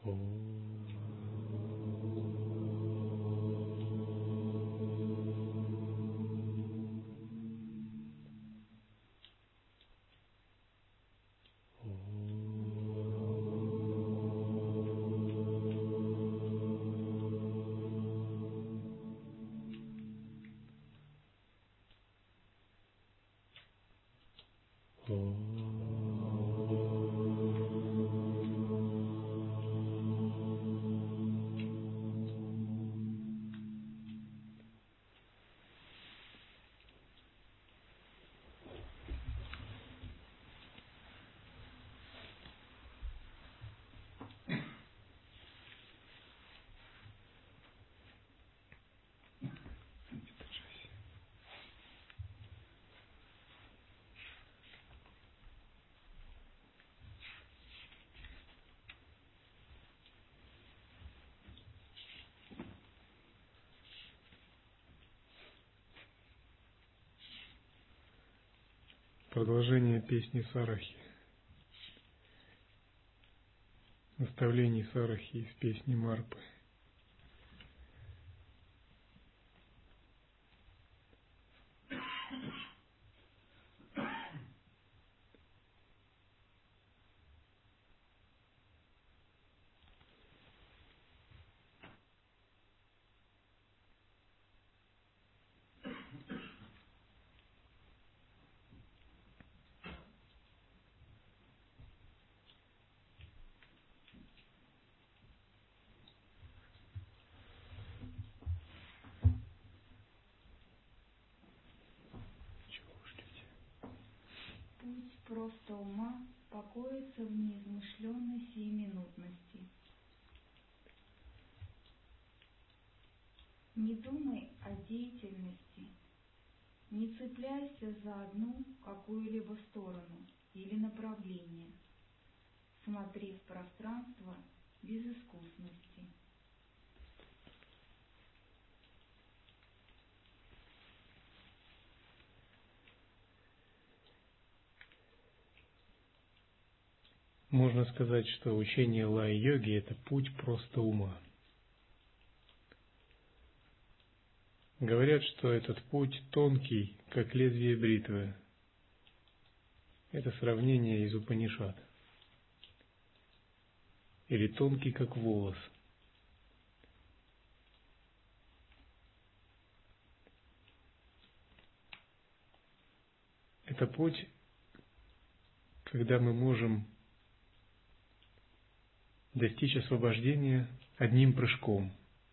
Продолжение песни Сарахи. Наставлений Сарахи из песни Марпы. Путь просто ума покоится в неизмышленной сиюминутности. Не думай о деятельности, не цепляйся за одну какую-либо сторону или направление. Смотри в пространство без искусности. Можно сказать, что учение лай-йоги – это путь просто ума. Говорят, что этот путь тонкий, как лезвие бритвы. Это сравнение из Упанишад. Или тонкий, как волос. Это путь, когда мы можем достичь освобождения одним прыжком.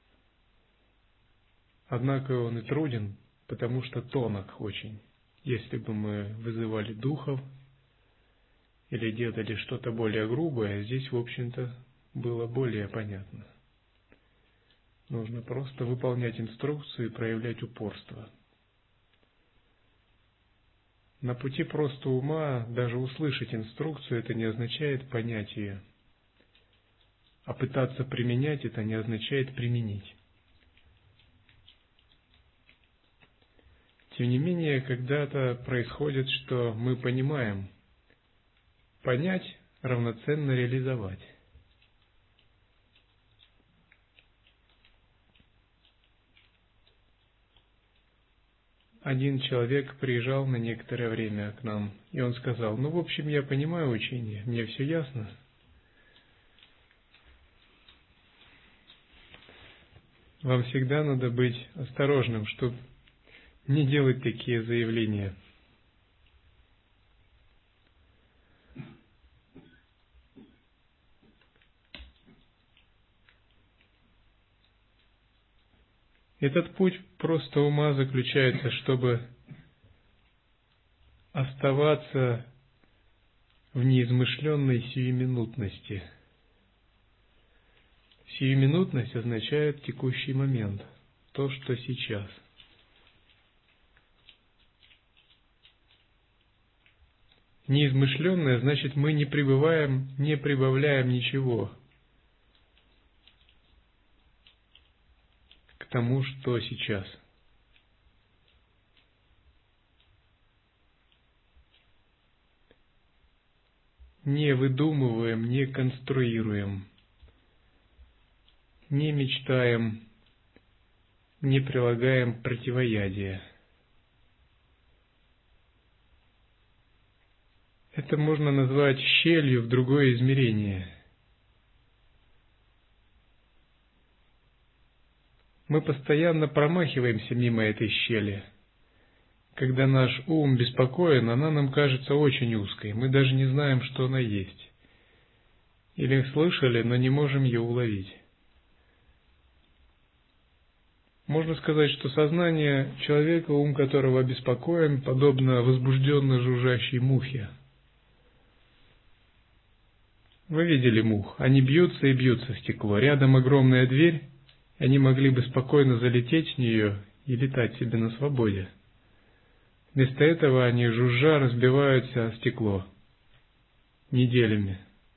Однако он и труден, потому что тонок очень. Если бы мы вызывали духов или делали что-то более грубое, здесь, в общем-то, было более понятно. Нужно просто выполнять инструкцию и проявлять упорство. На пути просто ума даже услышать инструкцию это не означает понять ее. А пытаться применять это не означает применить. Тем не менее, когда-то происходит, что мы понимаем, понять равноценно реализовать. Один человек приезжал на некоторое время к нам, и он сказал: в общем, я понимаю учение, мне все ясно. Вам всегда надо быть осторожным, чтобы не делать такие заявления. Этот путь просто ума заключается, чтобы оставаться в неизмышленной сиюминутности. Сиюминутность означает текущий момент, то, что сейчас. Неизмышленное значит, мы не прибавляем ничего к тому, что сейчас. Не выдумываем, не конструируем. не мечтаем, не прилагаем противоядия. Это можно назвать щелью в другое измерение. Мы постоянно промахиваемся мимо этой щели. Когда наш ум беспокоен, она нам кажется очень узкой. Мы даже не знаем, что она есть. Или слышали, но не можем ее уловить. Можно сказать, что сознание человека, ум которого обеспокоен, подобно возбужденно жужжащей мухе. Вы видели мух? Они бьются и бьются в стекло. Рядом огромная дверь, они могли бы спокойно залететь в нее и летать себе на свободе. Вместо этого они, жужжа, разбиваются о стекло неделями.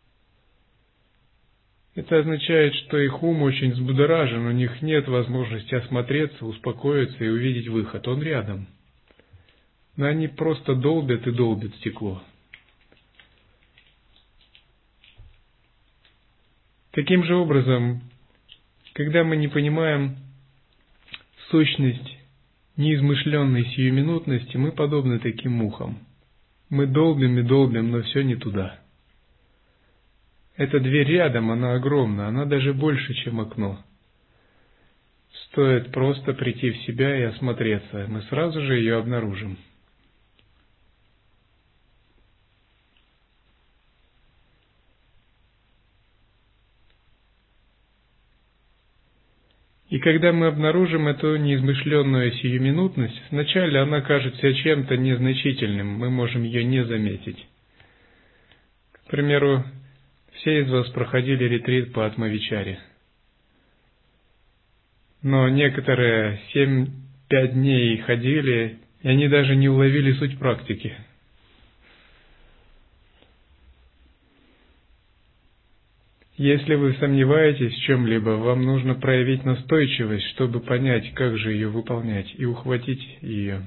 Это означает, что их ум очень взбудоражен, у них нет возможности осмотреться, успокоиться и увидеть выход. Он рядом. Но они просто долбят и долбят стекло. Таким же образом, когда мы не понимаем сущность неизмышленной сиюминутности, мы подобны таким мухам. Мы долбим и долбим, но все не туда. Эта дверь рядом, она огромна, она даже больше, чем окно. Стоит просто прийти в себя и осмотреться, мы сразу же ее обнаружим. И когда мы обнаружим эту неизмышленную сиюминутность, вначале она кажется чем-то незначительным, мы можем ее не заметить. К примеру, все из вас проходили ретрит по Атмавичаре. Но некоторые 7-5 дней ходили, и они даже не уловили суть практики. Если вы сомневаетесь в чем-либо, вам нужно проявить настойчивость, чтобы понять, как же ее выполнять, и ухватить ее.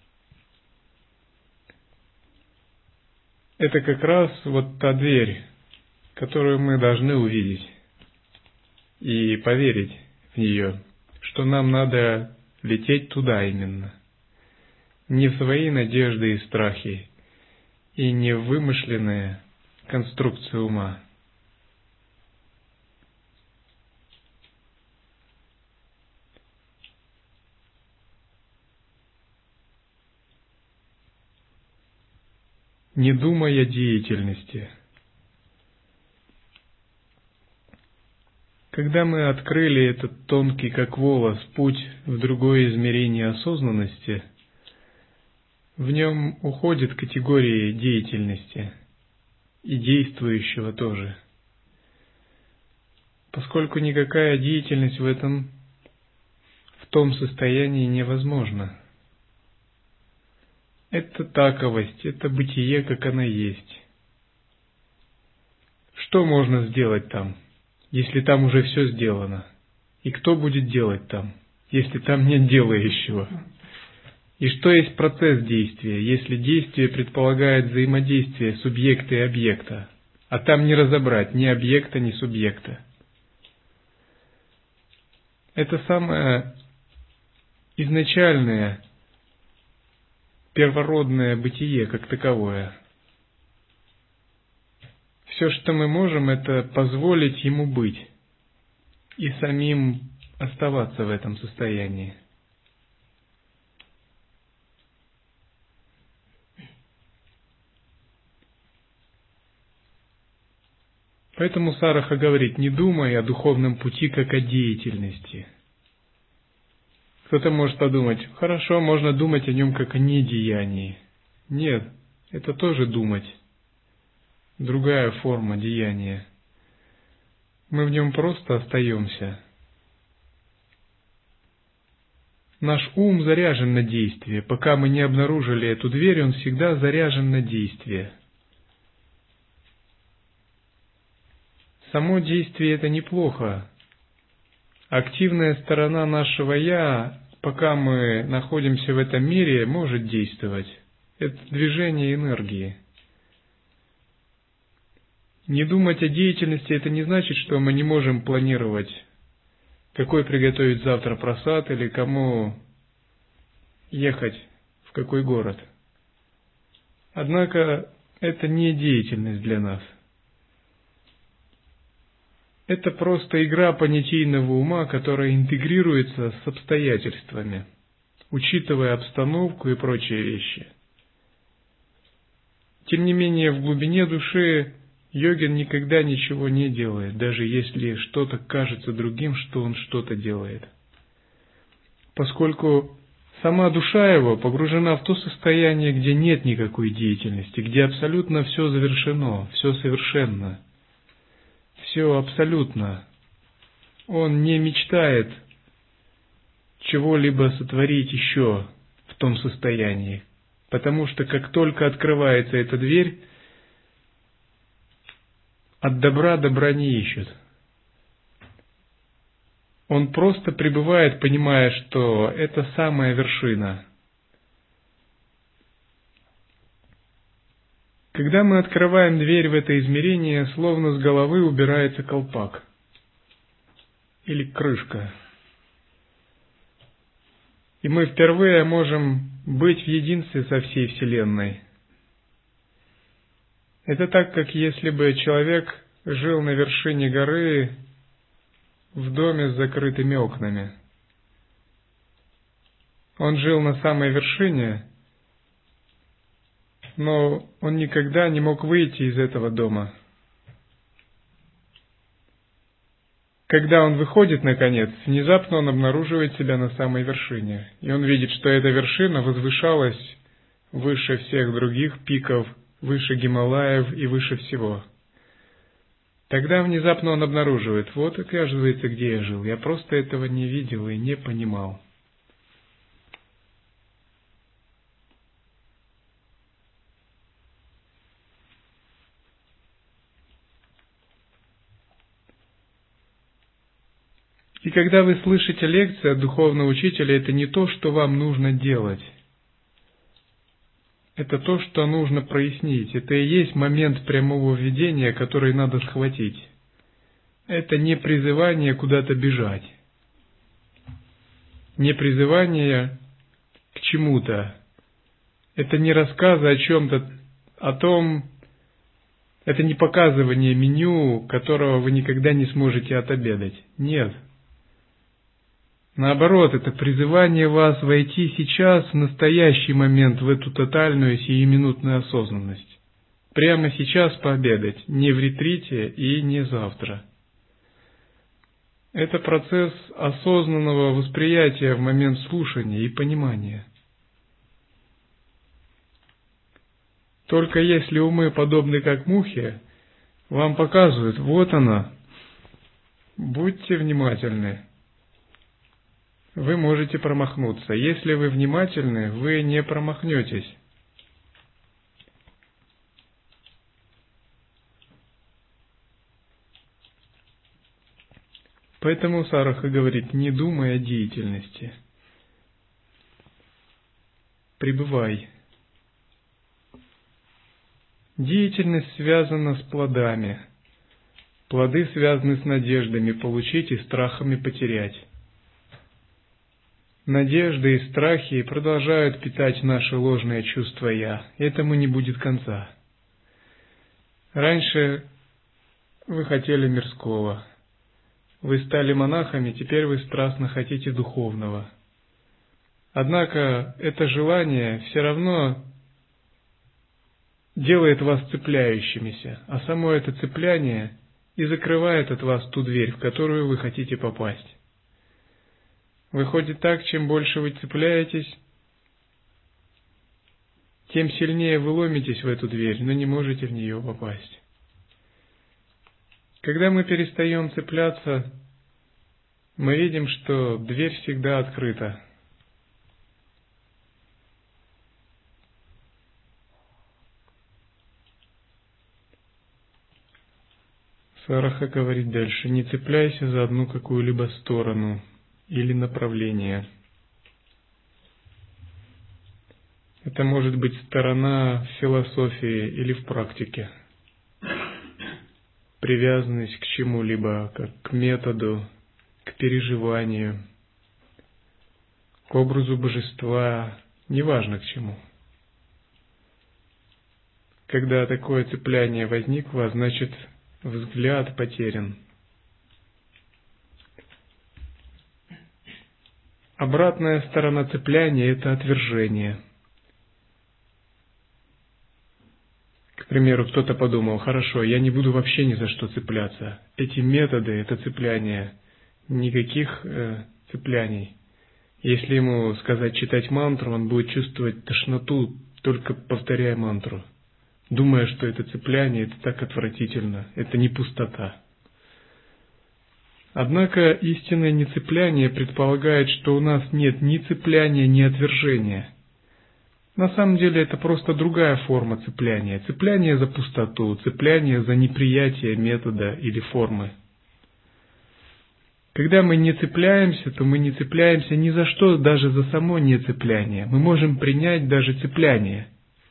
Это как раз вот та дверь, которую мы должны увидеть и поверить в нее, что нам надо лететь туда именно. Не в свои надежды и страхи, и не в вымышленные конструкции ума. Не думая о деятельности. Когда мы открыли этот тонкий, как волос, путь в другое измерение осознанности, в нем уходят категории деятельности и действующего тоже, поскольку никакая деятельность в том состоянии невозможна. Это таковость, это бытие, как оно есть. Что можно сделать там, если там уже все сделано? И кто будет делать там, если там нет делающего? И что есть процесс действия, если действие предполагает взаимодействие субъекта и объекта, а там не разобрать ни объекта, ни субъекта? Это самое изначальное, первородное бытие как таковое. Все, что мы можем, это позволить ему быть и самим оставаться в этом состоянии. Поэтому Сараха говорит: не думай о духовном пути как о деятельности. Кто-то может подумать: хорошо, можно думать о нем как о недеянии. Нет, это тоже думать. Другая форма деяния. Мы в нем просто остаемся. Наш ум заряжен на действие. Пока мы не обнаружили эту дверь, он всегда заряжен на действие. Само действие — это неплохо. Активная сторона нашего «я», пока мы находимся в этом мире, может действовать. Это движение энергии. Не думать о деятельности — это не значит, что мы не можем планировать какой приготовить завтра просад или кому ехать в какой город. Однако это не деятельность для нас. Это просто игра понятийного ума, которая интегрируется с обстоятельствами, учитывая обстановку и прочие вещи. Тем не менее, в глубине души йогин никогда ничего не делает, даже если что-то кажется другим, что он что-то делает. Поскольку сама душа его погружена в то состояние, где нет никакой деятельности, где абсолютно все завершено, все совершенно, все абсолютно. Он не мечтает чего-либо сотворить еще в том состоянии, потому что как только открывается эта дверь, от добра добра не ищут. Он просто пребывает, понимая, что это самая вершина. Когда мы открываем дверь в это измерение, словно с головы убирается колпак или крышка. И мы впервые можем быть в единстве со всей Вселенной. Это так, как если бы человек жил на вершине горы в доме с закрытыми окнами. Он жил на самой вершине, но он никогда не мог выйти из этого дома. Когда он выходит, наконец, внезапно он обнаруживает себя на самой вершине, и он видит, что эта вершина возвышалась выше всех других пиков, выше Гималаев и выше всего. Тогда внезапно он обнаруживает: вот, оказывается, где я жил. Я просто этого не видел и не понимал. И когда вы слышите лекции от духовного учителя, это не то, что вам нужно делать. Это то, что нужно прояснить. Это и есть момент прямого введения, который надо схватить. Это не призывание куда-то бежать. Не призывание к чему-то. Это не рассказы о чем-то, о том, это не показывание меню, которого вы никогда не сможете отобедать. Нет. Наоборот, это призывание вас войти сейчас, в настоящий момент, в эту тотальную сиюминутную осознанность. Прямо сейчас пообедать, не в ретрите и не завтра. Это процесс осознанного восприятия в момент слушания и понимания. Только если умы подобны как мухе, вам показывают: вот она, будьте внимательны. Вы можете промахнуться. Если вы внимательны, вы не промахнетесь. Поэтому Сараха говорит: не думай о деятельности. Пребывай. Деятельность связана с плодами. Плоды связаны с надеждами получить и страхами потерять. Надежды и страхи продолжают питать наше ложное чувство «я». Этому не будет конца. Раньше вы хотели мирского. Вы стали монахами, теперь вы страстно хотите духовного. Однако это желание все равно делает вас цепляющимися, а само это цепляние и закрывает от вас ту дверь, в которую вы хотите попасть. Выходит так, чем больше вы цепляетесь, тем сильнее вы ломитесь в эту дверь, но не можете в нее попасть. Когда мы перестаем цепляться, мы видим, что дверь всегда открыта. Сараха говорит дальше: не цепляйся за одну какую-либо сторону или направление. Это может быть сторона в философии или в практике. Привязанность к чему-либо, как к методу к переживанию, к образу божества, неважно к чему. Когда такое цепляние возникло, значит, взгляд потерян. Обратная сторона цепляния – это отвержение. К примеру, кто-то подумал: хорошо, я не буду вообще ни за что цепляться. Эти методы, это цепляние, никаких цепляний. Если ему сказать читать мантру, он будет чувствовать тошноту, только повторяя мантру, думая, что это цепляние, это так отвратительно, это не пустота. Однако истинное нецепляние предполагает, что у нас нет ни цепляния, ни отвержения. На самом деле это просто другая форма цепляния. Цепляние за пустоту, цепляние за неприятие метода или формы. Когда мы не цепляемся, то мы не цепляемся ни за что, даже за само нецепляние. Мы можем принять даже цепляние.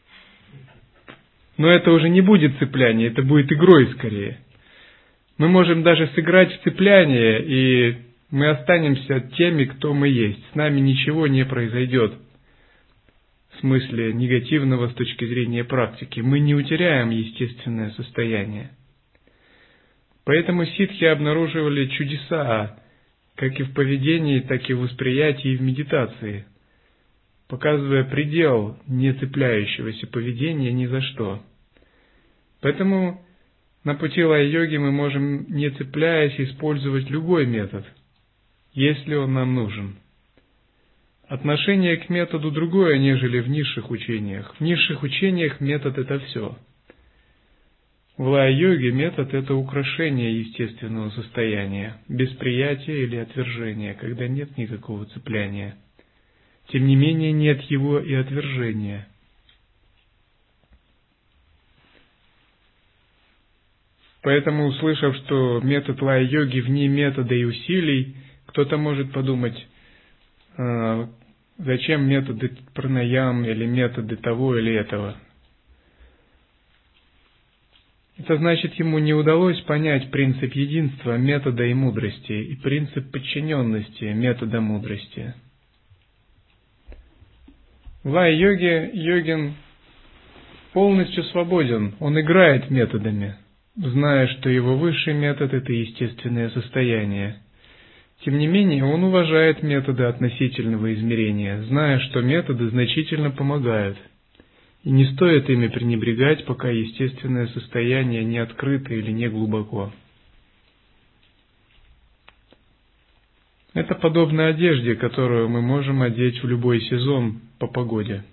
Но это уже не будет цепляние, это будет игрой скорее. Мы можем даже сыграть в цепляние, и мы останемся теми, кто мы есть. С нами ничего не произойдет. В смысле негативного с точки зрения практики. Мы не утеряем естественное состояние. Поэтому ситхи обнаруживали чудеса, как и в поведении, так и в восприятии и в медитации, показывая предел не цепляющегося поведения ни за что. Поэтому на пути лай-йоги мы можем, не цепляясь, использовать любой метод, если он нам нужен. Отношение к методу другое, нежели в низших учениях. В низших учениях метод – это все. В лай-йоге метод – это украшение естественного состояния, без приятия или отвержения, когда нет никакого цепляния. Тем не менее, нет его и отвержения. Поэтому, услышав, что метод лай-йоги вне метода и усилий, кто-то может подумать: зачем методы пранаям или методы того или этого? Это значит, ему не удалось понять принцип единства метода и мудрости и принцип подчиненности метода мудрости. В лай-йоге йогин полностью свободен, он играет методами, зная, что его высший метод – это естественное состояние. Тем не менее, он уважает методы относительного измерения, зная, что методы значительно помогают, и не стоит ими пренебрегать, пока естественное состояние не открыто или не глубоко. Это подобно одежде, которую мы можем одеть в любой сезон по погоде.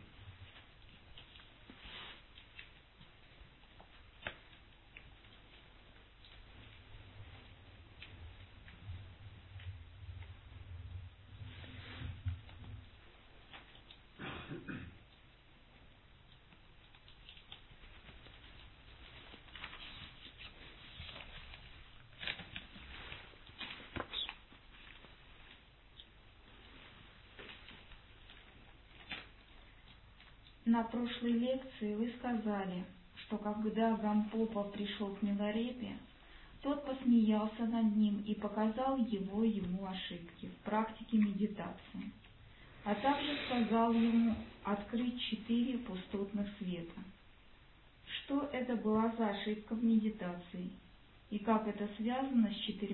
На прошлой лекции вы сказали, что когда Гампопа пришел к Миларепе, тот посмеялся над ним и показал ему ошибки в практике медитации, а также сказал ему открыть 4 пустотных света. Что это была за ошибка в медитации и как это связано с 4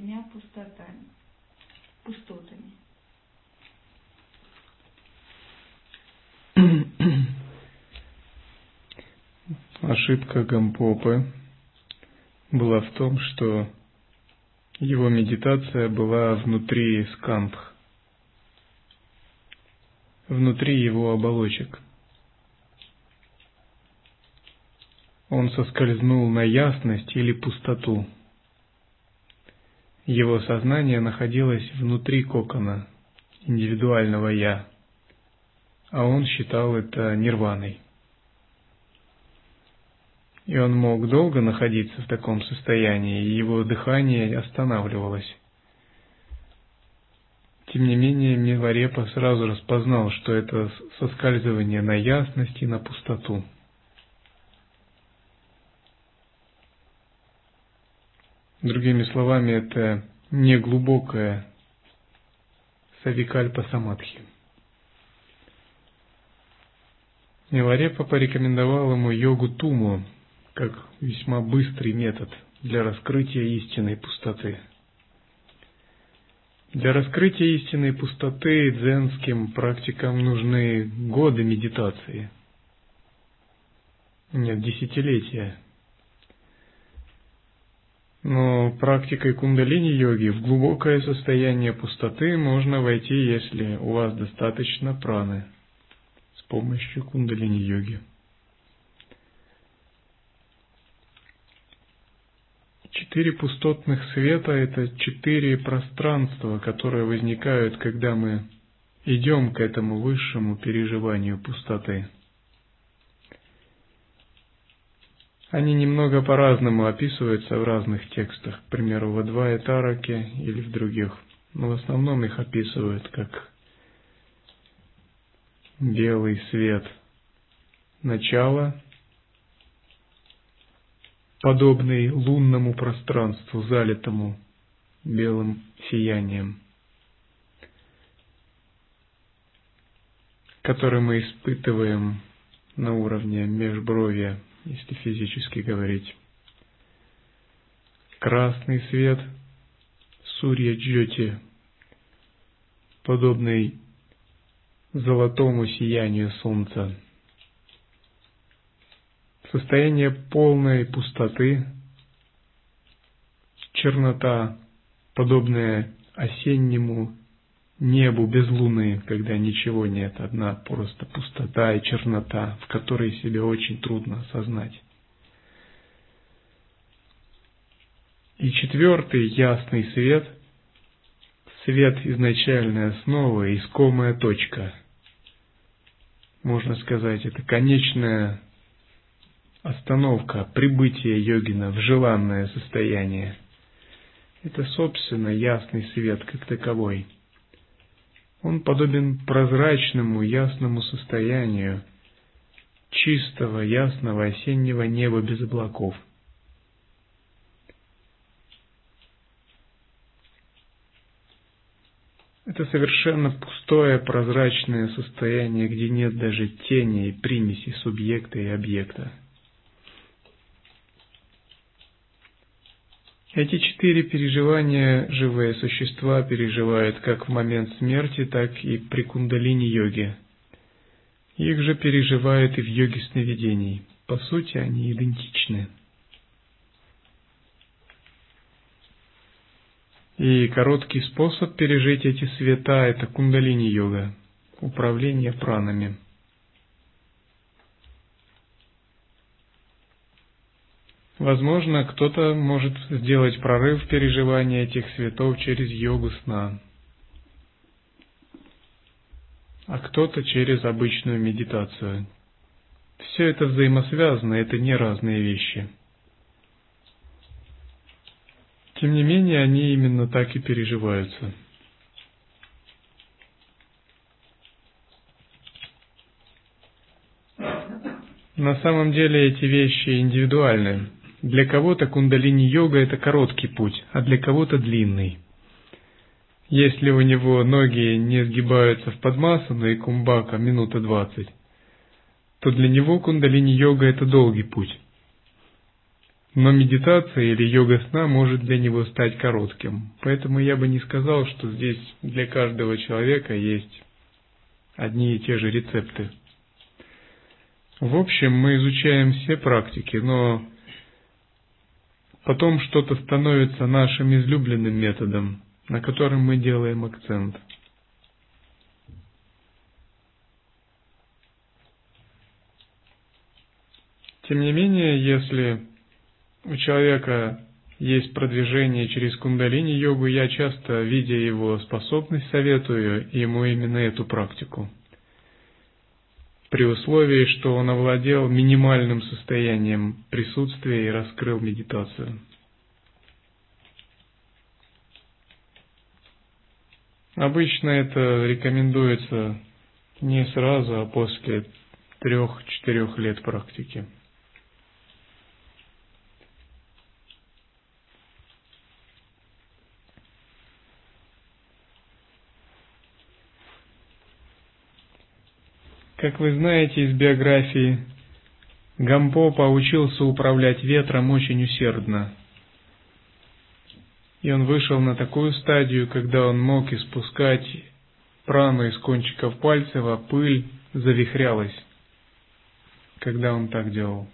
пустотами? Ошибка Гампопы была в том, что его медитация была внутри скандх, внутри его оболочек. Он соскользнул на ясность или пустоту. Его сознание находилось внутри кокона, индивидуального «я», а он считал это нирваной. И он мог долго находиться в таком состоянии, и его дыхание останавливалось. Тем не менее, Миларепа сразу распознал, что это соскальзывание на ясность и на пустоту. Другими словами, это неглубокое Савикальпа Самадхи. Миларепа порекомендовал ему йогу Туму как весьма быстрый метод для раскрытия истинной пустоты. Для раскрытия истинной пустоты дзенским практикам нужны годы медитации. Нет, десятилетия. Но практикой кундалини-йоги в глубокое состояние пустоты можно войти, если у вас достаточно праны, с помощью кундалини-йоги. 4 пустотных света – это 4 пространства, которые возникают, когда мы идем к этому высшему переживанию пустоты. Они немного по-разному описываются в разных текстах, к примеру, в Адвайта-тараке или в других, но в основном их описывают как белый свет начала, подобный лунному пространству, залитому белым сиянием, который мы испытываем на уровне межбровья, если физически говорить. Красный свет Сурья-джьоти, подобный золотому сиянию солнца. Состояние полной пустоты, чернота, подобная осеннему небу без луны, когда ничего нет, одна просто пустота и чернота, в которой себя очень трудно осознать. И 4 ясный свет, свет изначальной основы, искомая точка. Можно сказать, это конечная остановка, прибытие йогина в желанное состояние. Это, собственно, ясный свет как таковой. Он подобен прозрачному, ясному состоянию чистого, ясного осеннего неба без облаков. Это совершенно пустое, прозрачное состояние, где нет даже тени и примеси субъекта и объекта. Эти 4 переживания живые существа переживают как в момент смерти, так и при кундалини-йоге. Их же переживают и в йоге сновидений. По сути, они идентичны. И короткий способ пережить эти света – это кундалини-йога, управление пранами. Возможно, кто-то может сделать прорыв переживания этих светов через йогу сна, а кто-то через обычную медитацию. Все это взаимосвязано, это не разные вещи. Тем не менее, они именно так и переживаются. На самом деле эти вещи индивидуальны. Для кого-то кундалини-йога – это короткий путь, а для кого-то длинный. Если у него ноги не сгибаются в падмасану и кумбака минута 20, то для него кундалини-йога – это долгий путь. Но медитация или йога сна может для него стать коротким. Поэтому я бы не сказал, что здесь для каждого человека есть одни и те же рецепты. В общем, мы изучаем все практики, но потом что-то становится нашим излюбленным методом, на котором мы делаем акцент. Тем не менее, если у человека есть продвижение через кундалини-йогу, я часто, видя его способность, советую ему именно эту практику. При условии, что он овладел минимальным состоянием присутствия и раскрыл медитацию. Обычно это рекомендуется не сразу, а после 3-4 лет практики. Как вы знаете из биографии, Гампопа учился управлять ветром очень усердно. И он вышел на такую стадию, когда он мог испускать прану из кончиков пальцев, а пыль завихрялась, когда он так делал.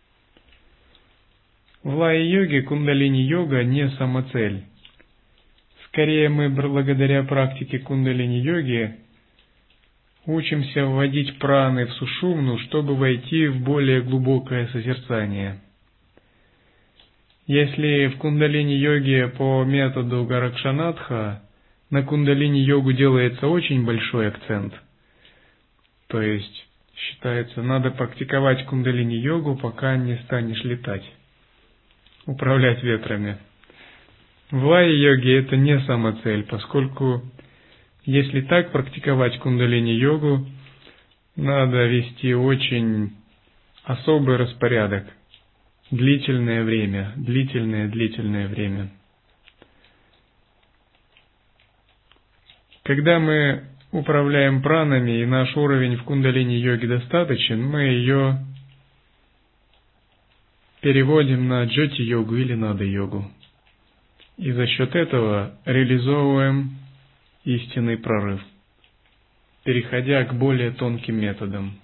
В лая-йоге кундалини-йога не самоцель. Скорее мы благодаря практике кундалини-йоги учимся вводить праны в сушумну, чтобы войти в более глубокое созерцание. Если в кундалини-йоге по методу Гаракшанатха на кундалини-йогу делается очень большой акцент, то есть считается, надо практиковать кундалини-йогу, пока не станешь летать, управлять ветрами. В лая-йоге это не самоцель, поскольку если так практиковать кундалини-йогу, надо вести очень особый распорядок, длительное время. Когда мы управляем пранами и наш уровень в кундалини-йоге достаточен, мы ее переводим на джати-йогу или нада-йогу. И за счет этого реализовываем истинный прорыв, переходя к более тонким методам.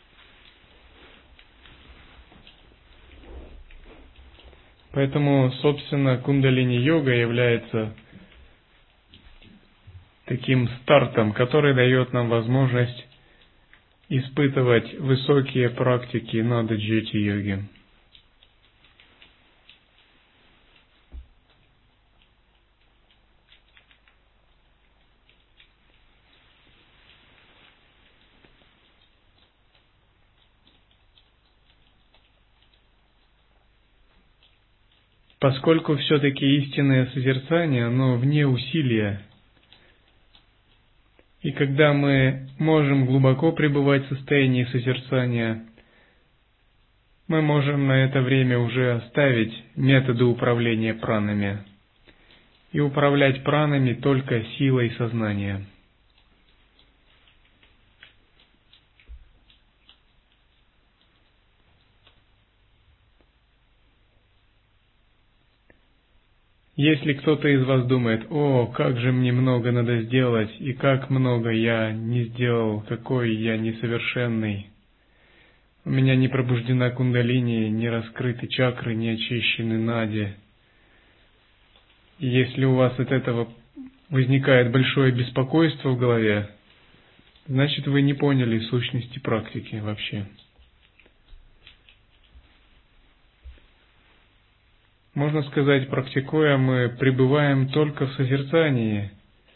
Поэтому, собственно, кундалини-йога является таким стартом, который дает нам возможность испытывать высокие практики нада-джати-йоги. Поскольку все-таки истинное созерцание, оно вне усилия. И когда мы можем глубоко пребывать в состоянии созерцания, мы можем на это время уже оставить методы управления пранами и управлять пранами только силой сознания. Если кто-то из вас думает: «О, как же мне много надо сделать, и как много я не сделал, какой я несовершенный, у меня не пробуждена кундалини, не раскрыты чакры, не очищены нади». И если у вас от этого возникает большое беспокойство в голове, значит, вы не поняли сущности практики вообще. Можно сказать, практикуя, мы пребываем только в созерцании,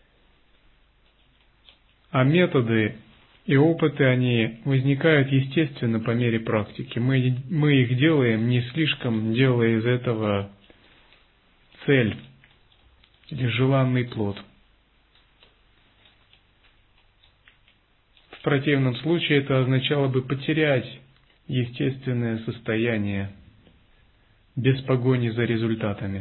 а методы и опыты, они возникают естественно по мере практики. Мы их делаем, не слишком делая из этого цель или желанный плод. В противном случае это означало бы потерять естественное состояние без погони за результатами.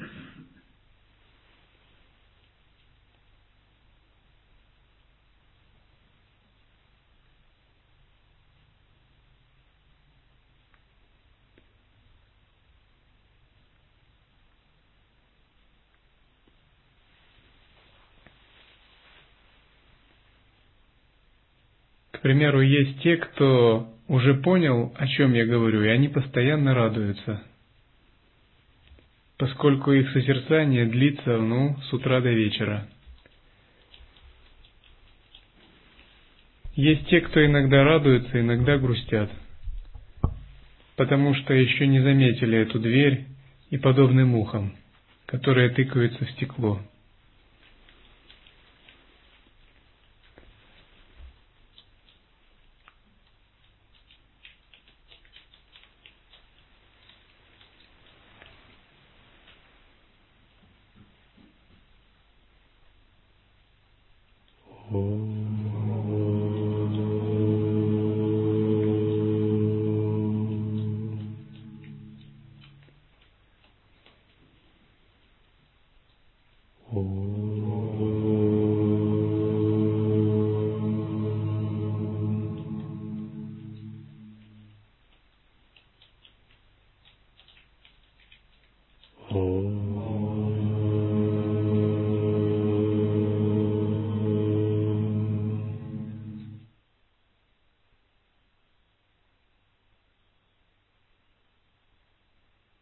К примеру, есть те, кто уже понял, о чем я говорю, и они постоянно радуются, поскольку их созерцание длится, с утра до вечера. Есть те, кто иногда радуются, иногда грустят, потому что еще не заметили эту дверь и подобны мухам, которые тыкаются в стекло.